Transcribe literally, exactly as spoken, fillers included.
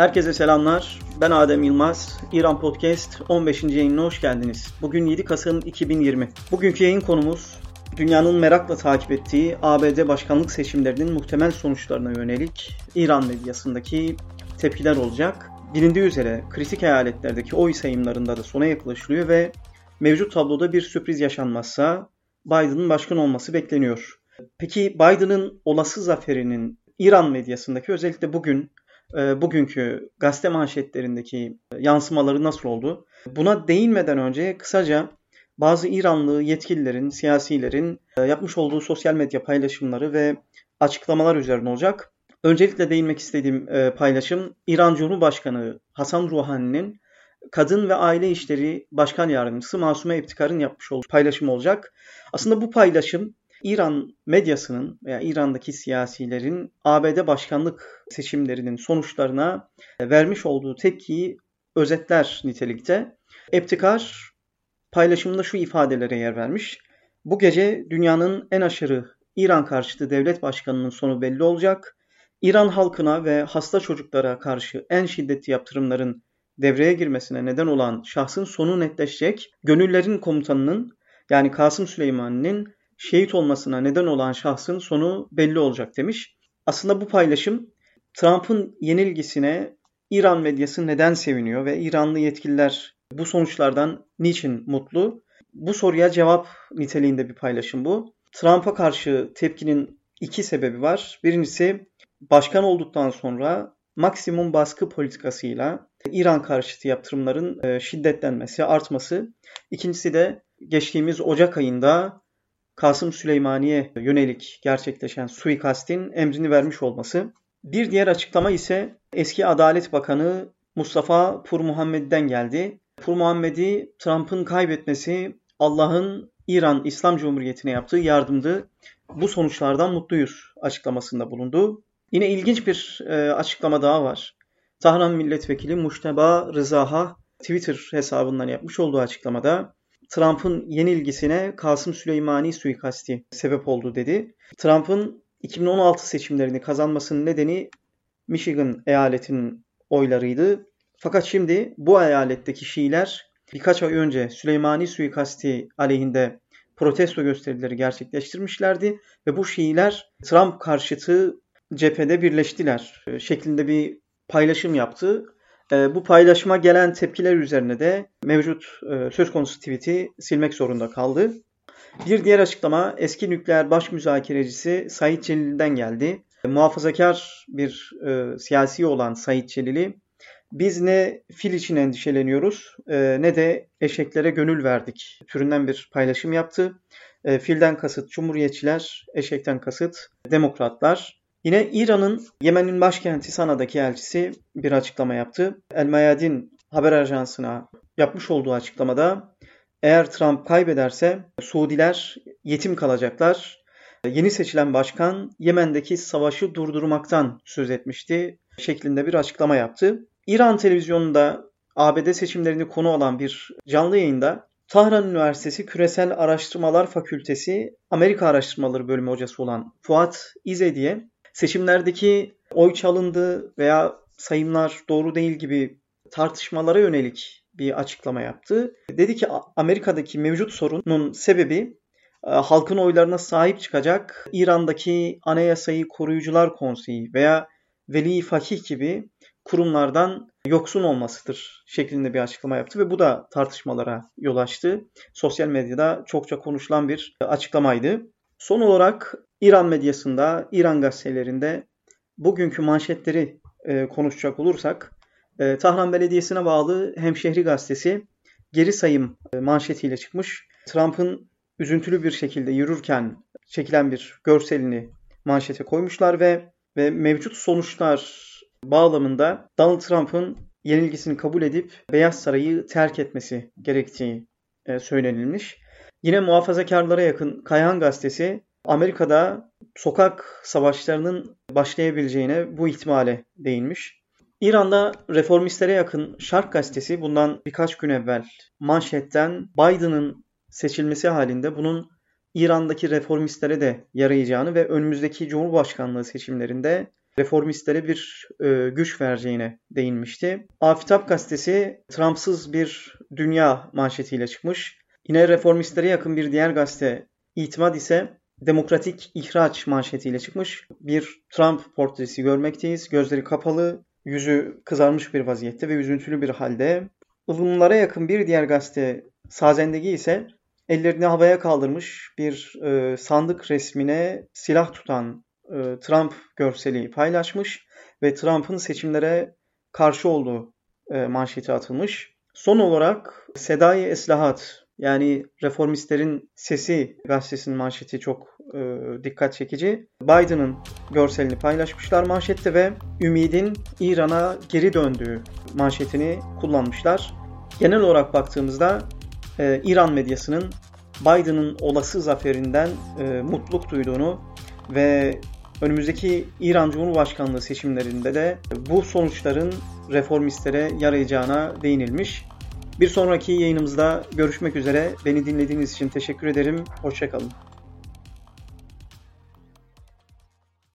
Herkese selamlar. Ben Adem Yılmaz. İran Podcast on beşinci yayınına hoş geldiniz. Bugün yedi Kasım iki bin yirmi. Bugünkü yayın konumuz dünyanın merakla takip ettiği A B D başkanlık seçimlerinin muhtemel sonuçlarına yönelik İran medyasındaki tepkiler olacak. Bilindiği üzere kritik eyaletlerdeki oy sayımlarında da sona yaklaşılıyor ve mevcut tabloda bir sürpriz yaşanmazsa Biden'ın başkan olması bekleniyor. Peki Biden'ın olası zaferinin İran medyasındaki özellikle bugün bugünkü gazete manşetlerindeki yansımaları nasıl oldu? Buna değinmeden önce kısaca bazı İranlı yetkililerin, siyasilerin yapmış olduğu sosyal medya paylaşımları ve açıklamalar üzerine olacak. Öncelikle değinmek istediğim paylaşım İran Cumhurbaşkanı Hasan Ruhani'nin Kadın ve Aile İşleri Başkan Yardımcısı Masume Ebtikar'ın yapmış olduğu paylaşım olacak. Aslında bu paylaşım İran medyasının veya İran'daki siyasilerin A B D başkanlık seçimlerinin sonuçlarına vermiş olduğu tepkiyi özetler nitelikte. Ebtikar paylaşımında şu ifadelere yer vermiş. Bu gece dünyanın en aşırı İran karşıtı devlet başkanının sonu belli olacak. İran halkına ve hasta çocuklara karşı en şiddetli yaptırımların devreye girmesine neden olan şahsın sonu netleşecek. Gönüllerin komutanının yani Kasım Süleyman'ın şehit olmasına neden olan şahsın sonu belli olacak demiş. Aslında bu paylaşım Trump'ın yenilgisine İran medyası neden seviniyor ve İranlı yetkililer bu sonuçlardan niçin mutlu? Bu soruya cevap niteliğinde bir paylaşım bu. Trump'a karşı tepkinin iki sebebi var. Birincisi başkan olduktan sonra maksimum baskı politikasıyla İran karşıtı yaptırımların şiddetlenmesi, artması. İkincisi de geçtiğimiz Ocak ayında Kasım Süleymani'ye yönelik gerçekleşen suikastin emrini vermiş olması. Bir diğer açıklama ise eski Adalet Bakanı Mustafa Pur Muhammed'den geldi. Pur Muhammed'i Trump'ın kaybetmesi Allah'ın İran İslam Cumhuriyeti'ne yaptığı yardımdı. Bu sonuçlardan mutluyuz açıklamasında bulundu. Yine ilginç bir e, açıklama daha var. Tahran Milletvekili Mujteba Rızaha Twitter hesabından yapmış olduğu açıklamada Trump'ın yenilgisine Kasım Süleymani suikasti sebep oldu dedi. Trump'ın iki bin on altı seçimlerini kazanmasının nedeni Michigan eyaletinin oylarıydı. Fakat şimdi bu eyaletteki Şiiler birkaç ay önce Süleymani suikasti aleyhinde protesto gösterileri gerçekleştirmişlerdi ve bu Şiiler Trump karşıtı cephede birleştiler şeklinde bir paylaşım yaptı. Bu paylaşıma gelen tepkiler üzerine de mevcut söz konusu tweet'i silmek zorunda kaldı. Bir diğer açıklama eski nükleer baş müzakerecisi Said Celil'den geldi. Muhafazakar bir e, siyasi olan Said Celil'i biz ne fil için endişeleniyoruz e, ne de eşeklere gönül verdik türünden bir paylaşım yaptı. E, filden kasıt Cumhuriyetçiler, eşekten kasıt Demokratlar. Yine İran'ın Yemen'in başkenti Sana'daki elçisi bir açıklama yaptı. El Mayadin haber ajansına yapmış olduğu açıklamada eğer Trump kaybederse Suudiler yetim kalacaklar. Yeni seçilen başkan Yemen'deki savaşı durdurmaktan söz etmişti şeklinde bir açıklama yaptı. İran televizyonunda A B D seçimlerini konu alan bir canlı yayında Tahran Üniversitesi Küresel Araştırmalar Fakültesi Amerika Araştırmaları Bölümü hocası olan Fuat İzedi'ye seçimlerdeki oy çalındı veya sayımlar doğru değil gibi tartışmalara yönelik bir açıklama yaptı. Dedi ki Amerika'daki mevcut sorunun sebebi halkın oylarına sahip çıkacak İran'daki Anayasayı Koruyucular Konseyi veya Veli Fakih gibi kurumlardan yoksun olmasıdır şeklinde bir açıklama yaptı ve bu da tartışmalara yol açtı. Sosyal medyada çokça konuşulan bir açıklamaydı. Son olarak İran medyasında, İran gazetelerinde bugünkü manşetleri e, konuşacak olursak e, Tahran Belediyesi'ne bağlı Hemşehri Gazetesi geri sayım e, manşetiyle çıkmış. Trump'ın üzüntülü bir şekilde yürürken çekilen bir görselini manşete koymuşlar ve ve mevcut sonuçlar bağlamında Donald Trump'ın yenilgisini kabul edip Beyaz Sarayı terk etmesi gerektiği e, söylenilmiş. Yine muhafazakarlara yakın Kayhan Gazetesi Amerika'da sokak savaşlarının başlayabileceğine bu ihtimale değinmiş. İran'da reformistlere yakın Şark Gazetesi bundan birkaç gün evvel manşetten Biden'ın seçilmesi halinde bunun İran'daki reformistlere de yarayacağını ve önümüzdeki Cumhurbaşkanlığı seçimlerinde reformistlere bir e, güç vereceğine değinmişti. Afitap gazetesi Trumpsız bir dünya manşetiyle çıkmış. Yine reformistlere yakın bir diğer gazete İtimad ise demokratik ihraç manşetiyle çıkmış. Bir Trump portresi görmekteyiz. Gözleri kapalı, yüzü kızarmış bir vaziyette ve üzüntülü bir halde. Ilımlara yakın bir diğer gazete Sazendegi ise ellerini havaya kaldırmış bir e, sandık resmine silah tutan e, Trump görseli paylaşmış ve Trump'ın seçimlere karşı olduğu e, manşeti atılmış. Son olarak Sedai Eslahat, yani reformistlerin sesi gazetesinin manşeti çok e, dikkat çekici. Biden'ın görselini paylaşmışlar manşette ve ümidin İran'a geri döndüğü manşetini kullanmışlar. Genel olarak baktığımızda e, İran medyasının Biden'ın olası zaferinden e, mutluluk duyduğunu ve önümüzdeki İran Cumhurbaşkanlığı seçimlerinde de bu sonuçların reformistlere yarayacağına değinilmiş. Bir sonraki yayınımızda görüşmek üzere. Beni dinlediğiniz için teşekkür ederim. Hoşça kalın.